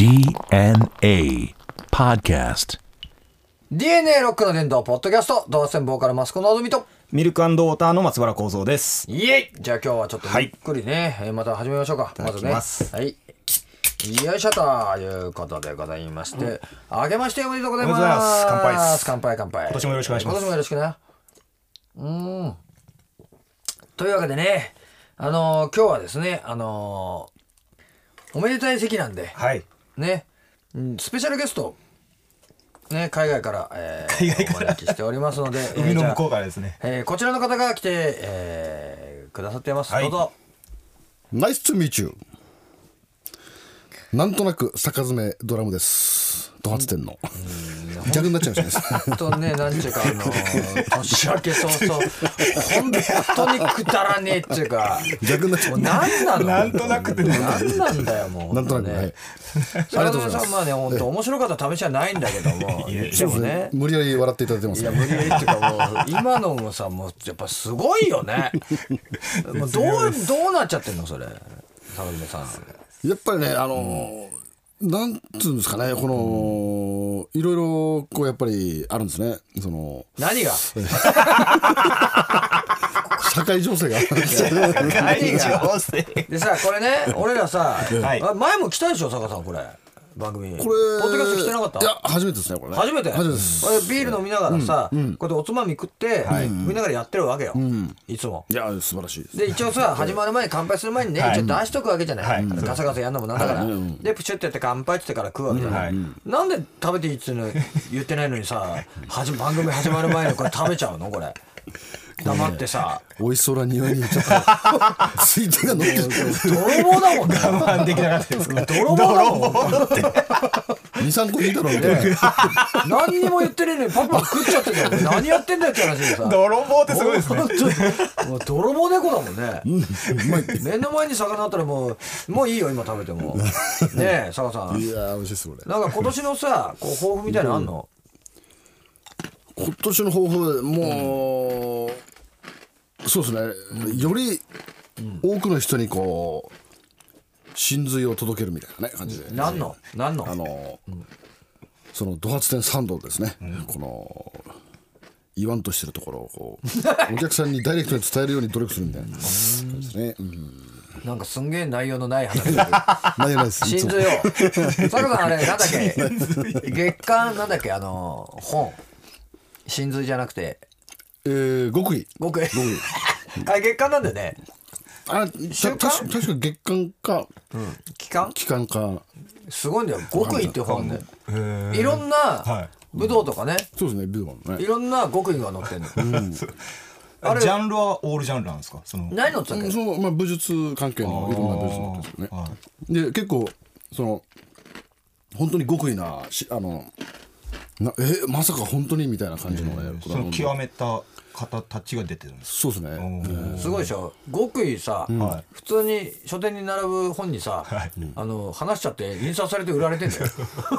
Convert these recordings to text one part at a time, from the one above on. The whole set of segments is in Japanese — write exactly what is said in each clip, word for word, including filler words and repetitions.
ディーエヌエー Podcast。 ディーエヌエー ロックの伝道ポッドキャスト、ドアセンボーカルマスコのあずみとミルク&ウォーターの松原幸三です。 イエイ。じゃあ今日はちょっとゆっくりね、はい、また始めましょうか。 いただきます。 まずね、はいよいしょということでございまして、うん、あけましておめでとうございます。 おめでとうございます。乾杯です。 乾杯乾杯。 今年もよろしくお願いします。 今年もよろしくね。うーんというわけでね、あのー、今日はですね、あのー、おめでたい席なんで、 はい、 ね、スペシャルゲストね、海外から、えー、 海外からお招きしておりますので海の向こうからですね、 えーえー、こちらの方が来て、えー、くださっています、はい、どうぞ。 ナイストゥミーチュー。なんとなく坂詰ドラムです。ド発展の逆になっちゃいましたね。 本当ね、なんちゅうかあのー、年明け早々本当にくだらねえっていうか逆になっちゃう。 何なの。 なんとなくって何なんだよもう。 なんとなく、はい。 坂詰さん、まあね、本当面白かった試しはないんだけども、でもね、 無理やり笑っていただいてます、ね。 いや無理やりっていうかもう今のもさ、もうやっぱすごいよね。もうどうどうなっちゃってんのそれ、坂詰さん。 やっぱりね、あのーうん、なんつうんですかね、この、いろいろこうやっぱりあるんですね。その何が社会情勢が何がでさ、これね、俺らさ、はい、前も来たでしょ坂さん、これ番組これポッドキャスト来てなかった？ いや初めてですね、これね。 初めて初めてです。 俺ビール飲みながらさ、うん、こうやっておつまみ食って、はい、食いながらやってるわけよ、うん、いつも。 いや素晴らしいです。 で一応さ、始まる前に乾杯する前にね、はい、一応出しとくわけじゃない、はい、ガサガサやんのもなんだから、はい、でプチュってやって乾杯ってってから食うわけじゃない、うん、なんで食べていいっての言ってないのにさはじ番組始まる前にこれ食べちゃうのこれ黙ってさ、 美味しそうな匂いにちょっとついてが乗ってる。 泥棒だもんね。 我慢できなかったですか。 泥棒だもんってにさんこいいだろうみたいな。 何にも言ってねえのにパパ食っちゃってたよ。何やってんだよって話でさ。 泥棒ってすごいですね。 もう泥棒猫だもんね。目の前に魚あったらもうもういいよ今食べても。ねえ坂さん。 いや美味しいですこれ。 なんか今年のさ、こう抱負みたいなのあんの？ 今年の抱負もう、うん、そうですね、うん、より多くの人にこう真髄を届けるみたいなね感じで、ね、 何の何のあの、うん、そのド発展サンドですね、うん、この言わんとしてるところをこうお客さんにダイレクトに伝えるように努力するみたいな感じですね。うん、 なんかすんげえ内容のない話内容ないです。 真髄を坂さんあれなんだっけ月刊なんだっけあの本真髄じゃなくて、 えー、極意極意あれ月刊なんだよね。 あたた確か月刊か、 うん、期間期間かすごいんだよ。極意っていう本ね、いろんな武道とかね、 そうですね、武道ね、 いろんな極意が載ってるの、うん、 あれジャンルはオールジャンルなんですか？その何載ってたっけ？ その、まあ、武術関係のいろんな武術載ってるんですよね。で結構その本当に極意なしあのなえー、まさか本当にみたいな感じのね、 その極めた方たちが出てるんです。 そうですね。 すごいでしょ。極意さ、うん、普通に書店に並ぶ本にさ、はい、あの話しちゃって印刷されて売られてんだよ。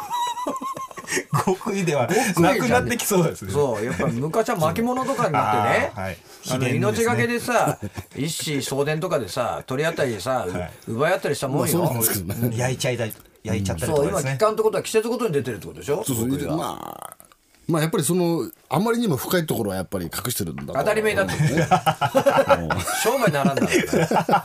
極意ではなくなってきそうですね。 そうやっぱ昔は巻物とかになってね、あ、はい、あの命がけでさ一子相伝とかでさ取り合ったりさ、はい、奪い合ったりしたもんよ、まあね、焼いちゃいたい焼いちゃったりとかですね。 そう今期間ってことは季節ごとに出てるってことでしょ。 そうそう、まあまあやっぱりそのあまりにも深いところはやっぱり隠してるんだと当たり前だってね。商売ならんだろうね。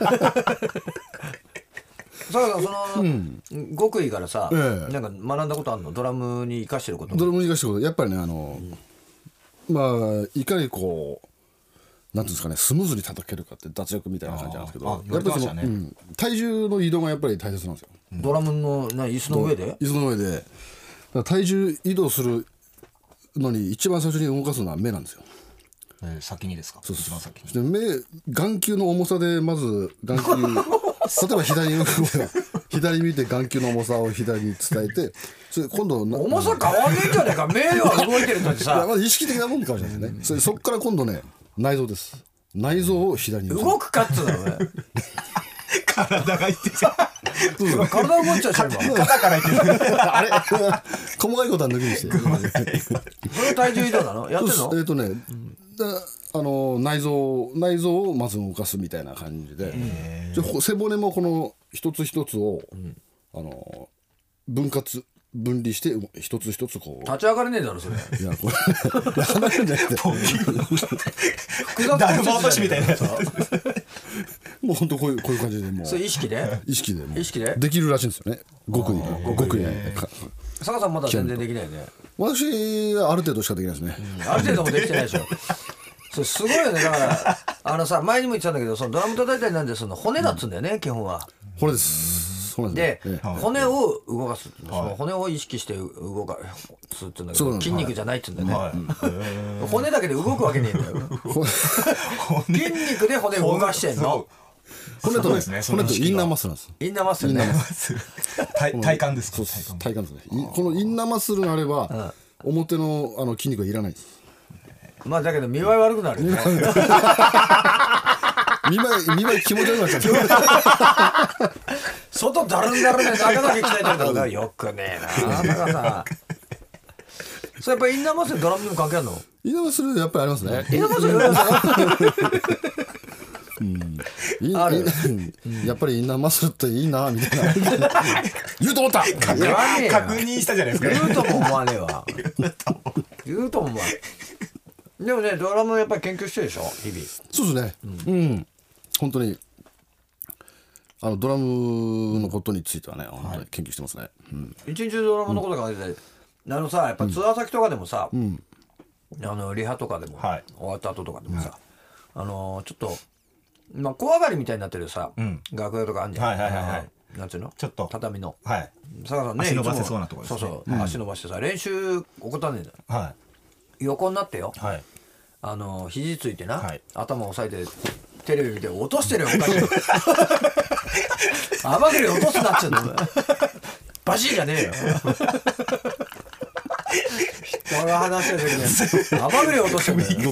その、うん、極意からさ、ええ、なんか学んだことあるの？ドラムに生かしてること。 ドラムに生かしてることやっぱりね、あの、うん、まあいかにこうなんていうんですかね、スムーズに叩けるかって脱力みたいな感じなんですけど、やっぱりその、ね、うん、体重の移動がやっぱり大切なんですよ。 ドラムのな椅子の上で？ 椅子の上で体重移動するのに一番最初に動かすのは目なんですよ。 えー、先にですか？ そうそう、一番先に。目眼球の重さでまず眼球例えば左に左見て眼球の重さを左に伝えて、それ今度重さ変わんねえんじゃねえか。目は動いてるのにさ。 いやまず意識的なもんかもしれないですね。それそっから今度ね内臓です。内臓を左に動くかっつうのね。 体がいって体動いちゃうし今肩からいってる。 あれ細かいことは抜きにしてそれ体重移動なのやってんの？ えっ、ー、とね、うん、あの内臓内臓をまず動かすみたいな感じで、背骨もこの一つ一つを、うん、あの分割分離して一つ一つこう立ち上がれねえだろそれ。 いやこれ離れるんじゃなくて複雑ダルマ落としみたいなやつ。 もう本当こういうこういう感じでもうそれ意識で意識でもう意識でできるらしいんですよね。極意極意ね。 坂さんまだ全然できないよね。 私はある程度しかできないですね。 ある程度もできてないでしょ。それすごいよね。だからあのさ前にも言ってたんだけど、そのドラム叩いたりなんでその骨だっつうんだよね、基本は。 これですそうなんで、 ね骨を動かす、その骨を意識して動かすって言うんだけど、筋肉じゃないって言うんだよね、骨だけで動くわけねえんだよ。筋肉で骨動かしてんの。 骨とね骨とインナーマッスルなんです。 インナーマッスルね。 体体幹ですか。 体幹ですね。このインナーマッスルがあれば表のあの筋肉はいらないです。 まあだけど見栄え悪くなるよね。 見栄え見栄え気持ち悪くなっちゃう。 外だるんだるんで中だけ鍛えてるんだからよくねえな。だからさ、それやっぱりインナーマッスルドラムにも関係あるの？ インナーマッスルやっぱりありますね。 インナーマッスルありますね。 インあるやっぱりインナーマッスルっていいなみたいな言うと思った言わねえよ。 確認したじゃないですか。 言うとも思わねえわ。言うとも思わねえ。でもねドラムやっぱり研究してるでしょ日々。 そうですねうん、うん、本当にあのドラムのことについてはね本当に研究してますね、うん、 一日中ドラムのこと考えてて、うん、あのさやっぱツアー先とかでもさ、うん、あのリハとかでも、はい、終わった後とかでもさ、うん、あのちょっとまあ小上がりみたいになってるさ、うん、楽屋とかあるじゃん。はいはいはいはい。なんていうの？ちょっと畳の。はい。坂さんね、 足伸ばせそうなところですね。 そうそう、うん、足伸ばしてさ練習怠んねえんだよ。はい。横になってよ。はい。あの肘ついてな、はい、頭を押さえてテレビ見て落としてるよおかしい。甘栗落とすなっちゃうの。バシーじゃねえよ。人が話してる時に甘栗落としてるんだよ。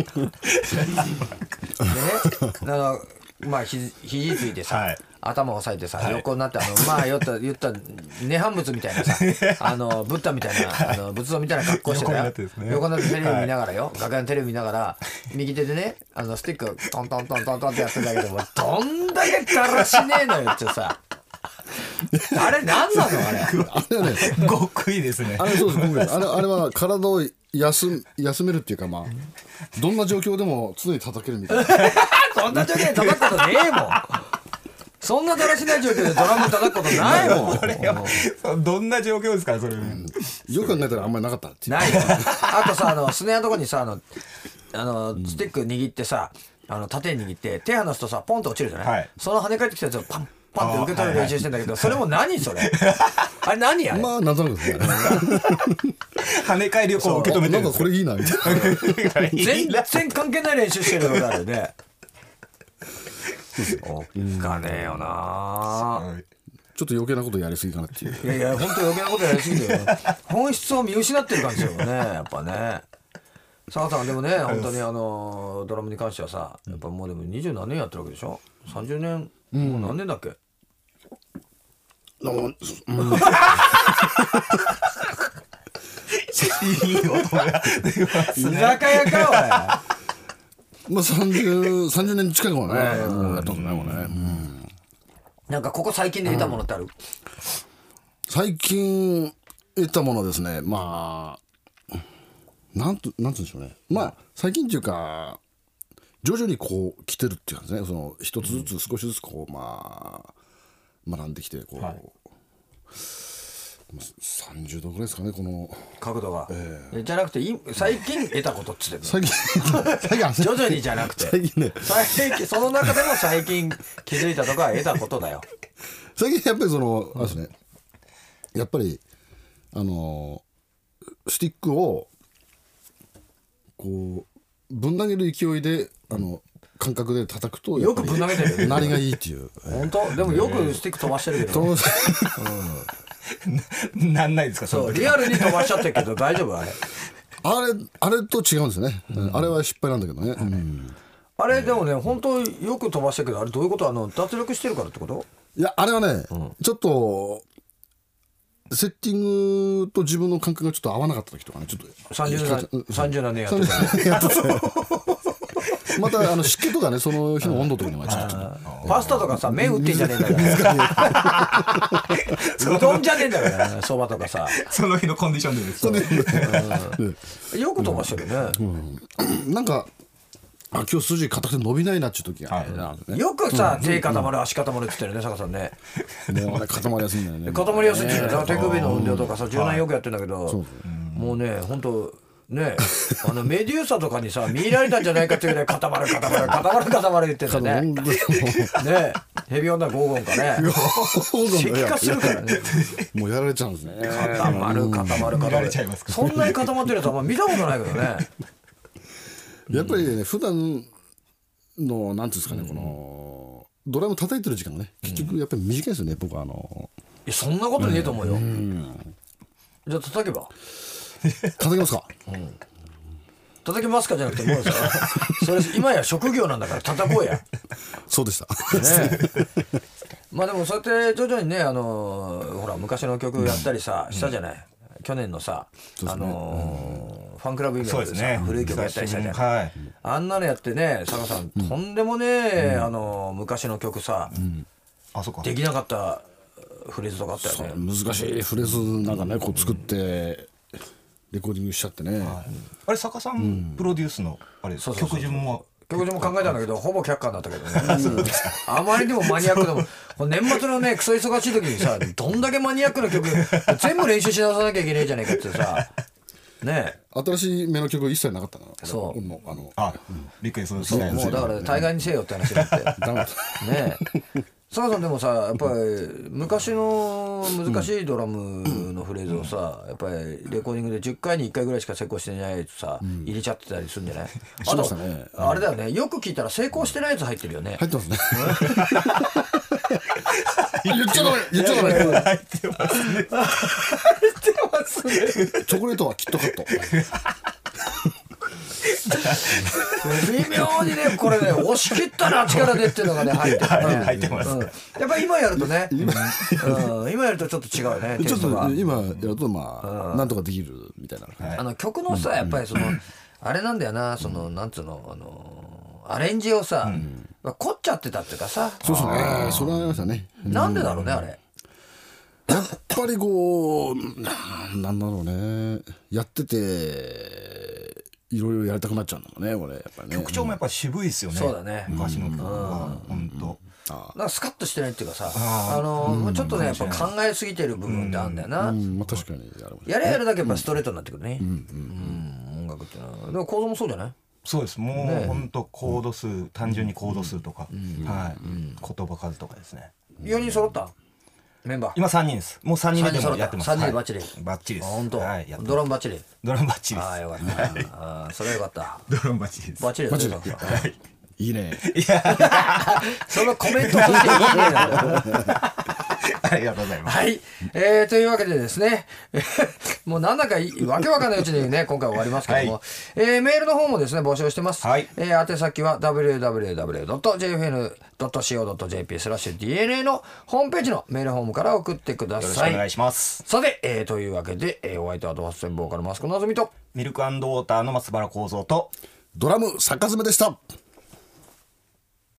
でね、あのまあひ肘ついてさ、はい、頭を押さえてさ、はい、横になってあのまあ言った言った涅槃仏みたいなさあのブッダみたいな、はい、あの仏像みたいな格好してたよ。横になってですね、横になってテレビ見ながらよ、はい、楽屋のテレビ見ながら右手でねあのスティックトントントントントンってやってんだけどもどんだけだらしねえのよってさ。あれ何なのあれ。 あれはね極意ですね。 あれそうです極意。あれあれは体を休休めるっていうかまあどんな状況でも常に叩けるみたいな。 そんな状況で叩くことねえもん。そんなだらしない状況でドラム叩くことないもん。これどんな状況ですかそれ、うん、 よく考えたらあんまりなかったっていう。 ないよ。あとさあのスネアのとこにさあのあのスティック握ってさあの縦に握って手離すとさポンと落ちるじゃない、はい、その跳ね返ってきたやつをパンパンって受け取る練習してんだけど、それも何それあれ何あれ。 まあなんとなくですね。 跳ね返りをこう受け止めてるんです。 なんかこれいいなみたいな。 全然関係ない練習してるのがあるね。おっかねえよな。 ちょっと余計なことやりすぎかなっていう。 いやいや本当余計なことやりすぎて本質を見失ってる感じだよねやっぱね。坂さんでもね本当にあのドラムに関してはさやっぱもうでも二十何年やってるわけでしょ。さんじゅうねん、うん、もう何年だっけ。 うん、いい音が出ますね。 居酒屋かおい。まあ三十三十年近くもね、もうやったことないもんね。うん、 なんかここ最近で得たものってある？うん、 最近得たものですね。まあなんとなんつうんでしょうね。まあ最近っていうか徐々にこう来てるっていうかですね。その一つずつ少しずつこうまあ学んできてこう。はい、さんじゅうどぐらいですかねこの角度が、えー、じゃなくて最近得たことっつって最近徐々にじゃなくて最近ね最近その中でも最近気づいたとか得たことだよ。 最近やっぱりその、うん、あれですねやっぱりあのスティックをこうぶん投げる勢いであの感覚で叩くとよくぶん投げてるよね。 鳴りがいいっていう。 本当でもよくスティック飛ばしてるけど、ね。 うん、なんないですか。 そうリアルに飛ばしちゃってるけど大丈夫あれ。 あれあれと違うんですね、うん。あれは失敗なんだけどね。うん、 あれでもね本当よく飛ばしてるけどあれどういうこと？あの脱力してるからってこと？ いやあれはね、うん、ちょっとセッティングと自分の感覚がちょっと合わなかった時とかねちょっとさんじゅう何年やってたね。 またあの湿気とかねその日の温度とかにもちょっとパスタとかさ麺打ってんじゃねえんだからうどんじゃねえんだからそばとかさその日のコンディションでですよく飛ばしてるね、 なんかあ今日筋硬くて伸びないなっちゅう時があるね、 よくさ手固まる足固まるって言ってるね坂さんね。 もうね固まりやすいんだよね。 固まりやすいって言うよね。手首の運動とかさ柔軟よくやってんだけど、もうね本当ねあのメデューサとかにさ見入られたんじゃないかっていうぐらい固まる固まる固まる固まる言ってたね。ねヘビ女ゴーゴンかね石化するからね。 もうやられちゃうんですね。 固まる固まる固まる。そんなに固まってるやつは見たことないけどね。 やっぱりね普段のなんていうんですかね、このドラム叩いてる時間がね結局やっぱり短いですよね。僕はあのいやそんなことねえと思うよ。じゃあ叩けば叩きますか。 叩きますかじゃなくてもうさそれ今や職業なんだから叩こうや。 そうでした。 ねまあでもそうやって徐々にねあのほら昔の曲やったりさしたじゃない。去年のさあのファンクラブイベントでさ古い曲やったりしたじゃない。あんなのやってね佐賀さんとんでもねあの昔の曲さできなかったフレーズとかあったよね。 難しいフレーズなんかねこう作ってレコーディングしちゃってね。 あれ坂さんプロデュースのあれ曲順も曲順も考えたんだけどほぼ却下になったけどねあまりにもマニアックでも年末のねクソ忙しい時にさどんだけマニアックな曲全部練習し直さなきゃいけないじゃないかってさね新しい目の曲一切なかったな。 そうあのあリクエストしないもうだから大概にせよって話になってダメだねえ佐賀さんでもさやっぱり昔の難しいドラムのフレーズをさやっぱりレコーディングでじゅっかいにいっかいぐらいしか成功してないとさ入れちゃってたりするんじゃない。あとあれだよねよく聞いたら成功してないやつ入ってるよね。 入ってますね。言っちゃダメ言っちゃダメ。 入ってますね。 入ってますね。 チョコレートはキットカット。 微妙にねこれね押し切ったな力でっていうのがね入ってるね。 入ってます。 やっぱり今やるとね今やるとちょっと違うよね。 ちょっと今やるとまあなんとかできるみたいな。 あの曲のさやっぱりそのあれなんだよなそのなんつうのあのアレンジをさ凝っちゃってたっていうかさ。 そうですね。それはありましたね。 なんでだろうねあれ。 やっぱりこうなんだろうねやってていろいろやりたくなっちゃうんだもんねこれやっぱりね。 曲調もやっぱ渋いですよね。 そうだね昔の曲は本当。 なんかスカッとしてないっていうかさあのちょっとねやっぱ考えすぎてる部分ってあるんだよな。 まあ確かにやれやるだけやっぱストレートになってくるね音楽っていうのは。でもコードもそうじゃない。 そうですもう本当コード数単純にコード数とかはい言葉数とかですね。 よにん揃ったメンバー今さんにんです。もうさんにんでもやってます。 さんにんでバッチリバッチリです。 本当はいドラムバッチリ。 ドラムバッチリです。 ああよかったああそれはよかった。 ドラムバッチリです。 バッチリですよ。 いいね。 そのコメントとしていいね。 ありがとうございます。 はい、えー、というわけでですねもうなんだかわけわかんないうちにね今回終わりますけども、はいえー、メールの方もですね募集してます、 はいえー、宛先は ダブリューダブリューダブリュードットジェイエフエヌドットシーオードットジェーピー スラッシュ ディーエヌエー のホームページのメールフォームから送ってください。 よろしくお願いします。 さて、えー、というわけで、えー、お相手はドハステンボーカルマスコのあずみとミルク&ウォーターの松原幸三とドラム坂爪でした。